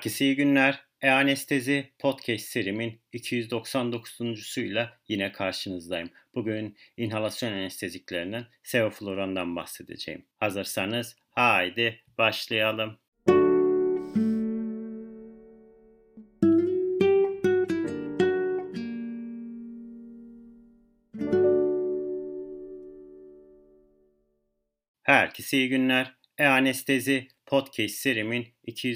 Herkese iyi günler. E-Anestezi Podcast serimin 299'uncusuyla yine karşınızdayım. Bugün inhalasyon anesteziklerinden sevoflurandan bahsedeceğim. Hazırsanız haydi başlayalım. Herkese iyi günler. E-Anestezi Podcast serimin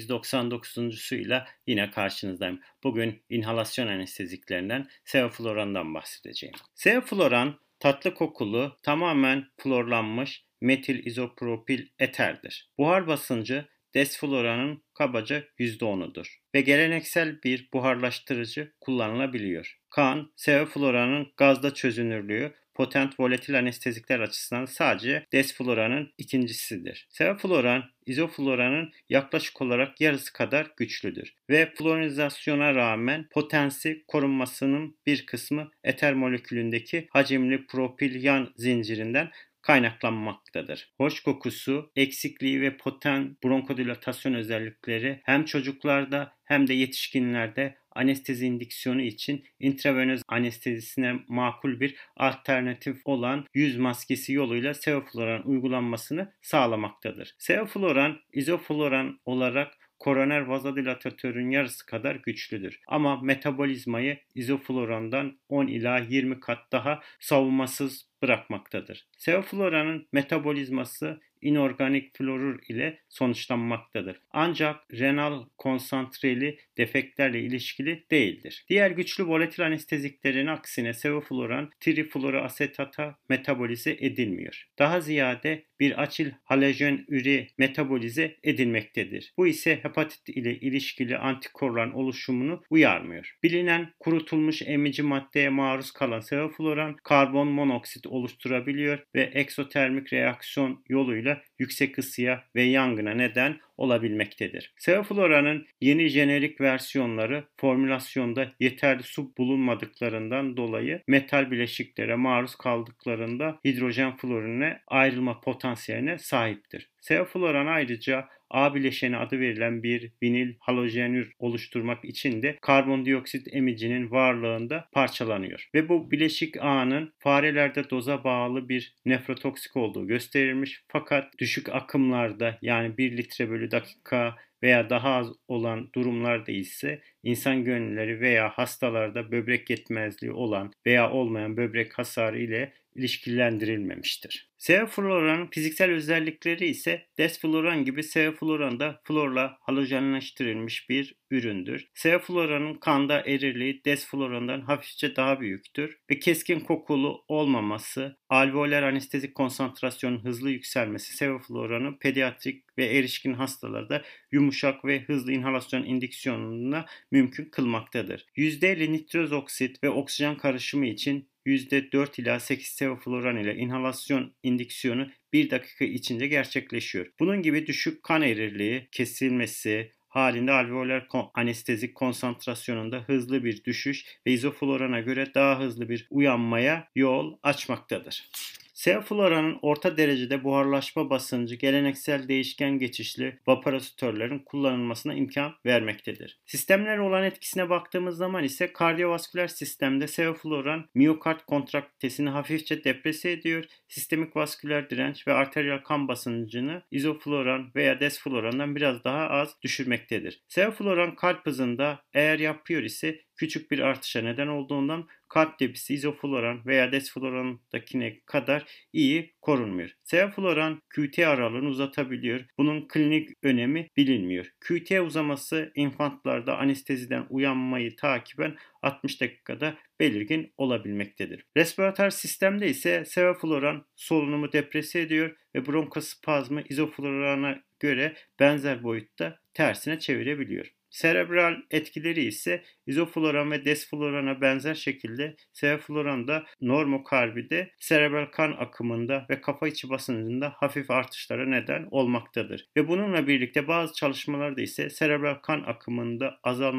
299'uncusuyla yine karşınızdayım. Bugün inhalasyon anesteziklerinden sevoflurandan bahsedeceğim. Sevofluran tatlı kokulu, tamamen klorlanmış metil izopropil eterdir. Buhar basıncı desfluranın kabaca %10'udur ve geleneksel bir buharlaştırıcı kullanılabiliyor. Kan, sevofluranın gazda çözünürlüğü potent volatil anestezikler açısından sadece desfluranın ikincisidir. Sevofluran, izofluranın yaklaşık olarak yarısı kadar güçlüdür ve floronizasyona rağmen potensi korunmasının bir kısmı eter molekülündeki hacimli propil yan zincirinden kaynaklanmaktadır. Hoş kokusu, eksikliği ve potent bronkodilatasyon özellikleri hem çocuklarda hem de yetişkinlerde anestezi indüksiyonu için intravenöz anestezisine makul bir alternatif olan yüz maskesi yoluyla sevofluran uygulanmasını sağlamaktadır. Sevofluran, izofluran olarak koroner vazodilatatörün yarısı kadar güçlüdür. Ama metabolizmayı izoflurandan 10 ila 20 kat daha savunmasız bırakmaktadır. Sevofluranın metabolizması inorganik florür ile sonuçlanmaktadır. Ancak renal konsantreli defektlerle ilişkili değildir. Diğer güçlü volatil anesteziklerin aksine sevofluran trifluoroasetata metabolize edilmiyor. Daha ziyade bir açil halojen üre metabolize edilmektedir. Bu ise hepatit ile ilişkili antikorların oluşumunu uyarmıyor. Bilinen kurutulmuş emici maddeye maruz kalan sevofluran karbon monoksit oluşturabiliyor ve eksotermik reaksiyon yoluyla yüksek ısıya ve yangına neden olabilmektedir. Sevofluranın yeni jenerik versiyonları formülasyonda yeterli su bulunmadıklarından dolayı metal bileşiklere maruz kaldıklarında hidrojen florine ayrılma potansiyeline sahiptir. Sevofluran ayrıca A bileşeni adı verilen bir vinil halojenür oluşturmak için de karbondioksit emicinin varlığında parçalanıyor. Ve bu bileşik A'nın farelerde doza bağlı bir nefrotoksik olduğu gösterilmiş, fakat düşük akımlarda yani 1 litre bölü dakika veya daha az olan durumlarda ise insan gönülleri veya hastalarda böbrek yetmezliği olan veya olmayan böbrek hasarı ile ilişkilendirilmemiştir. Sevofluranın fiziksel özellikleri ise desfluran gibi sevofluran da florla halojenleştirilmiş bir üründür. Sevofluranın kanda erirliği desflurandan hafifçe daha büyüktür ve keskin kokulu olmaması, alveoler anestezik konsantrasyonun hızlı yükselmesi sevofluranın pediatrik ve erişkin hastalarda yumuşak ve hızlı inhalasyon indüksiyonuna mümkün kılmaktadır. %50 nitroz oksit ve oksijen karışımı için %4 ila 8 sevofluran ile inhalasyon indüksiyonu 1 dakika içinde gerçekleşiyor. Bunun gibi düşük kan erirliği kesilmesi halinde alveoler anestezik konsantrasyonunda hızlı bir düşüş ve izoflurana göre daha hızlı bir uyanmaya yol açmaktadır. Sevofluranın orta derecede buharlaşma basıncı geleneksel değişken geçişli vaporatörlerin kullanılmasına imkan vermektedir. Sistemlere olan etkisine baktığımız zaman ise kardiyovasküler sistemde sevofluran miyokard kontraktesini hafifçe deprese ediyor, sistemik vasküler direnç ve arteriyel kan basıncını izofluran veya desflurandan biraz daha az düşürmektedir. Sevofluran kalp hızında eğer yapıyor ise küçük bir artışa neden olduğundan kalp debisi izofluran veya desflurandakine kadar iyi korunmuyor. Sevofluran QT aralığını uzatabiliyor. Bunun klinik önemi bilinmiyor. QT uzaması infantlarda anesteziden uyanmayı takiben 60 dakikada belirgin olabilmektedir. Respiratör sistemde ise sevofluran solunumu deprese ediyor ve bronkospazmı izoflurana göre benzer boyutta tersine çevirebiliyor. Serebral etkileri ise izofluran ve desflurana benzer şekilde sevofluran da normokarbide serebral kan akımında ve kafa içi basıncında hafif artışlara neden olmaktadır. Ve bununla birlikte bazı çalışmalarda ise serebral kan akımında azalma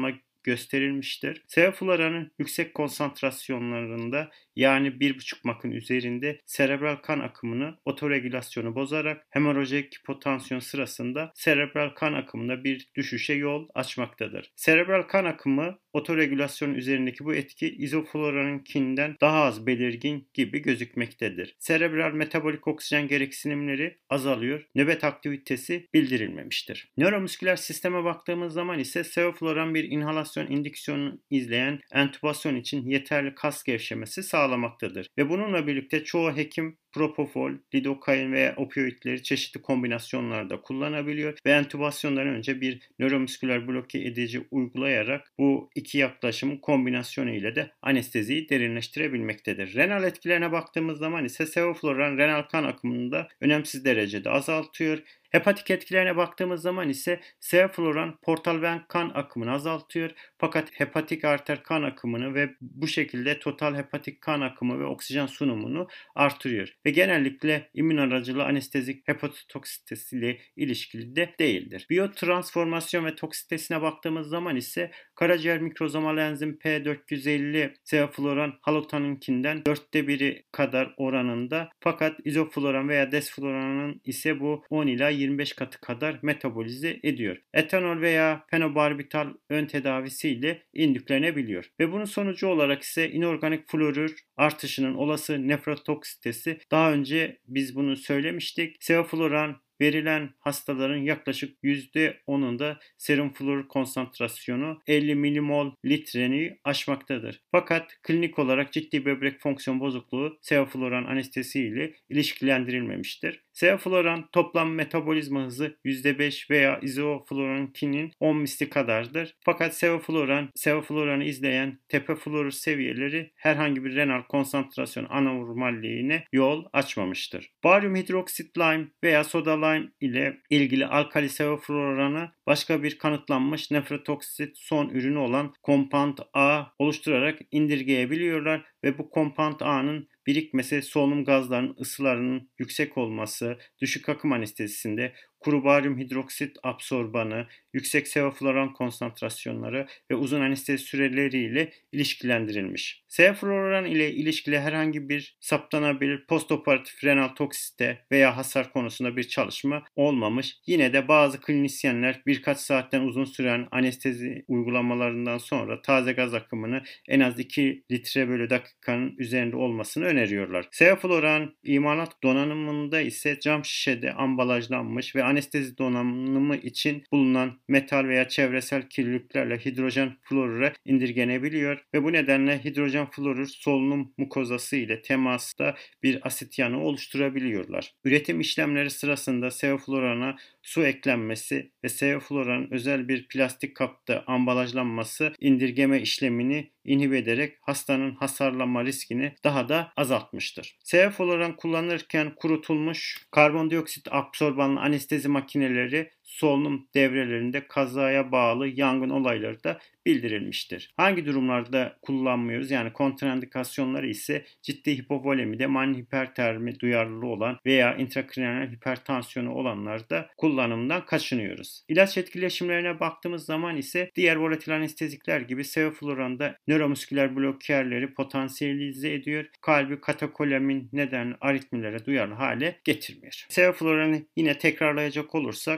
gösterilmiştir. sevofloranın yüksek konsantrasyonlarında yani 1,5 makın üzerinde serebral kan akımını otoregülasyonu bozarak hemorajik hipotansiyon sırasında serebral kan akımında bir düşüşe yol açmaktadır. Serebral kan akımı otoregülasyon üzerindeki bu etki izofloranınkinden daha az belirgin gibi gözükmektedir. Serebral metabolik oksijen gereksinimleri azalıyor, nöbet aktivitesi bildirilmemiştir. Nöromüsküler sisteme baktığımız zaman ise sevofloran bir inhalasyon indüksiyonu izleyen entübasyon için yeterli kas gevşemesi sağlamaktadır. Ve bununla birlikte çoğu hekim propofol, lidokain veya opioidleri çeşitli kombinasyonlarda kullanabiliyor ve entübasyondan önce bir nöromüsküler bloke edici uygulayarak bu iki yaklaşımın kombinasyonu ile de anesteziyi derinleştirebilmektedir. Renal etkilerine baktığımız zaman ise sevofloran renal kan akımını da önemsiz derecede azaltıyor. Hepatik etkilerine baktığımız zaman ise sevofloran portal ven kan akımını azaltıyor. Fakat hepatik arter kan akımını ve bu şekilde total hepatik kan akımı ve oksijen sunumunu artırıyor. Ve genellikle immün aracılı anestezik hepatotoksitesi ile ilişkili de değildir. Biyotransformasyon ve toksitesine baktığımız zaman ise karaciğer mikrozomal enzim P450 sevofloran halotaninkinden 1/4 kadar oranında, fakat izofloran veya desfloranın ise bu 10 ila 25 katı kadar metabolize ediyor. Etanol veya fenobarbital ön tedavisiyle indüklenebiliyor. Ve bunun sonucu olarak ise inorganik florür artışının olası nefrotoksitesi, daha önce biz bunu söylemiştik. Sevofloran verilen hastaların yaklaşık %10'unda serum florür konsantrasyonu 50 milimol litreyi aşmaktadır. Fakat klinik olarak ciddi böbrek fonksiyon bozukluğu sevofloran anestezi ile ilişkilendirilmemiştir. Sevofloran toplam metabolizma hızı %5 veya izofloraninkinin 10 misli kadardır. Fakat sevofloranı izleyen tepe florür seviyeleri herhangi bir renal konsantrasyon anormalliğine yol açmamıştır. Baryum hidroksit lime veya soda lime ile ilgili alkali sevofloranı başka bir kanıtlanmış nefrotoksit son ürünü olan Compound A oluşturarak indirgeyebiliyorlar ve bu Compound A'nın birikmesi solunum gazlarının ısılarının yüksek olması, düşük akım anestezisinde kuru baryum hidroksit absorbanı, yüksek sevofloran konsantrasyonları ve uzun anestezi süreleriyle ilişkilendirilmiş. Sevofloran ile ilişkili herhangi bir saptanabilir postoperatif renal toksite veya hasar konusunda bir çalışma olmamış. Yine de bazı klinisyenler birkaç saatten uzun süren anestezi uygulamalarından sonra taze gaz akımını en az 2 litre bölü dakikanın üzerinde olmasını öneriyorlar. Sevofloran imalat donanımında ise cam şişede ambalajlanmış ve anestezi donanımı için bulunan metal veya çevresel kirliliklerle hidrojen florüre indirgenebiliyor ve bu nedenle hidrojen florür solunum mukozası ile temasta bir asit yanığı oluşturabiliyorlar. Üretim işlemleri sırasında sevoflorana su eklenmesi ve sevofloranın özel bir plastik kapta ambalajlanması indirgeme işlemini inhibe ederek hastanın hasarlanma riskini daha da azaltmıştır. Sevofloran kullanırken kurutulmuş karbondioksit absorbanlı anestezi makineleri solunum devrelerinde kazaya bağlı yangın olayları da bildirilmiştir. Hangi durumlarda kullanmıyoruz? Yani kontraindikasyonları ise ciddi hipovolemide, mani hipertermi duyarlılığı olan veya intrakraniyal hipertansiyonu olanlarda kullanımdan kaçınıyoruz. İlaç etkileşimlerine baktığımız zaman ise diğer volatil anestezikler gibi sevofloran nöromüsküler blokerleri potansiyelize ediyor. Kalbi katekolamin neden aritmilere duyarlı hale getirmiyor. Sevofloran'ı yine tekrarlayacak olursak,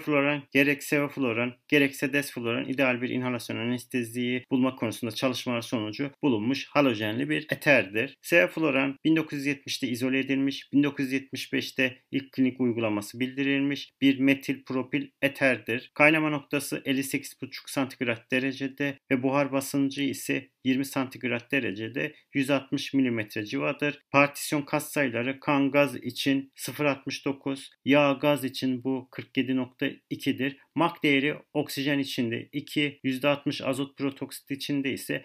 gerek sevofloran gerekse desfloran ideal bir inhalasyon anesteziyi bulma konusunda çalışmalar sonucu bulunmuş halojenli bir eterdir. Sevofloran 1970'te izole edilmiş, 1975'te ilk klinik uygulaması bildirilmiş bir metil propil eterdir. Kaynama noktası 58,5 santigrat derecede ve buhar basıncı ise 20 santigrat derecede 160 mm civadır. Partisyon katsayıları kan gaz için 0,69, yağ gaz için bu 47,2'dir. Mach değeri oksijen içinde 2, %60 azot protoksit içinde ise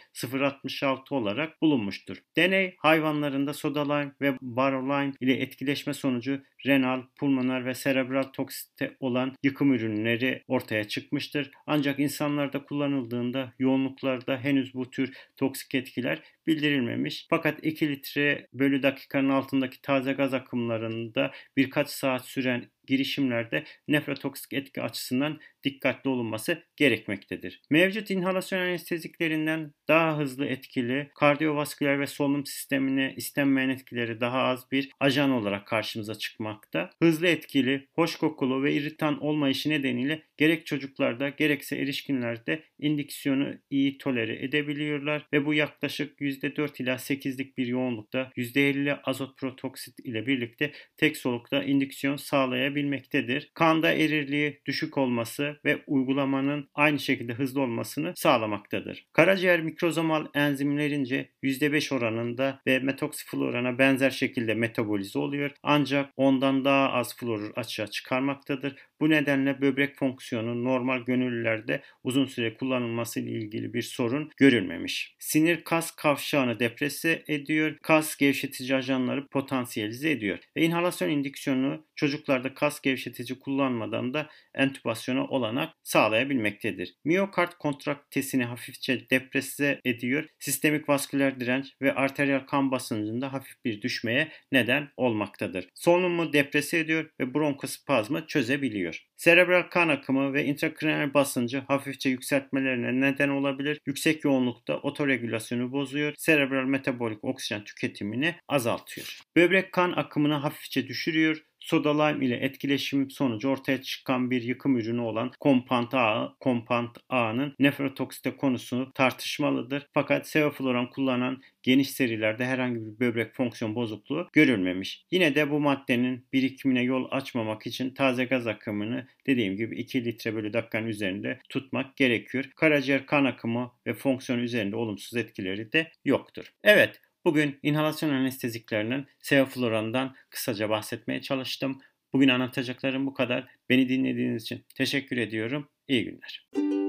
0,66 olarak bulunmuştur. Deney hayvanlarında soda lime ve barolime ile etkileşme sonucu renal, pulmoner ve serebral toksite olan yıkım ürünleri ortaya çıkmıştır. Ancak insanlarda kullanıldığında yoğunluklarda henüz bu tür toksik etkiler bildirilmemiş. Fakat 2 litre bölü dakikanın altındaki taze gaz akımlarında birkaç saat süren girişimlerde nefrotoksik etki açısından dikkatli olunması gerekmektedir. Mevcut inhalasyon anesteziklerinden daha hızlı etkili, kardiyovasküler ve solunum sistemine istenmeyen etkileri daha az bir ajan olarak karşımıza çıkmakta. Hızlı etkili, hoş kokulu ve irritan olmayışı nedeniyle gerek çocuklarda gerekse erişkinlerde indüksiyonu iyi tolere edebiliyorlar ve bu yaklaşık %4 ila 8'lik bir yoğunlukta %50 azot protoksit ile birlikte tek solukta indüksiyon sağlayabilmektedir. Kanda erirliği düşük olması ve uygulamanın aynı şekilde hızlı olmasını sağlamaktadır. Karaciğer mikrozomal enzimlerince %5 oranında ve metoksiflorana benzer şekilde metabolize oluyor ancak ondan daha az florür açığa çıkarmaktadır. Bu nedenle böbrek fonksiyonu normal gönüllülerde uzun süre kullanılması ile ilgili bir sorun görülmemiş. Sinir kas kavşağını deprese ediyor, kas gevşetici ajanları potansiyelize ediyor ve inhalasyon indüksiyonu çocuklarda kas gevşetici kullanmadan da entübasyona olanak sağlayabilmektedir. Miyokard kontraktesini hafifçe deprese ediyor, sistemik vasküler direnç ve arteriyel kan basıncında hafif bir düşmeye neden olmaktadır. Solunumu deprese ediyor ve bronkospazmı çözebiliyor. Serebral kan akımı ve intrakraniyal basıncı hafifçe yükseltmelerine neden olabilir. Yüksek yoğunlukta otoregülasyonu bozuyor. Serebral metabolik oksijen tüketimini azaltıyor. Böbrek kan akımını hafifçe düşürüyor. Soda lime ile etkileşim sonucu ortaya çıkan bir yıkım ürünü olan kompant A'nın nefrotoksite konusu tartışmalıdır. Fakat sevofloran kullanan geniş serilerde herhangi bir böbrek fonksiyon bozukluğu görülmemiş. Yine de bu maddenin birikimine yol açmamak için taze gaz akımını dediğim gibi 2 litre bölü dakikanın üzerinde tutmak gerekiyor. Karaciğer kan akımı ve fonksiyon üzerinde olumsuz etkileri de yoktur. Evet, bugün inhalasyon anesteziklerinin sevoflorandan kısaca bahsetmeye çalıştım. Bugün anlatacaklarım bu kadar. Beni dinlediğiniz için teşekkür ediyorum. İyi günler.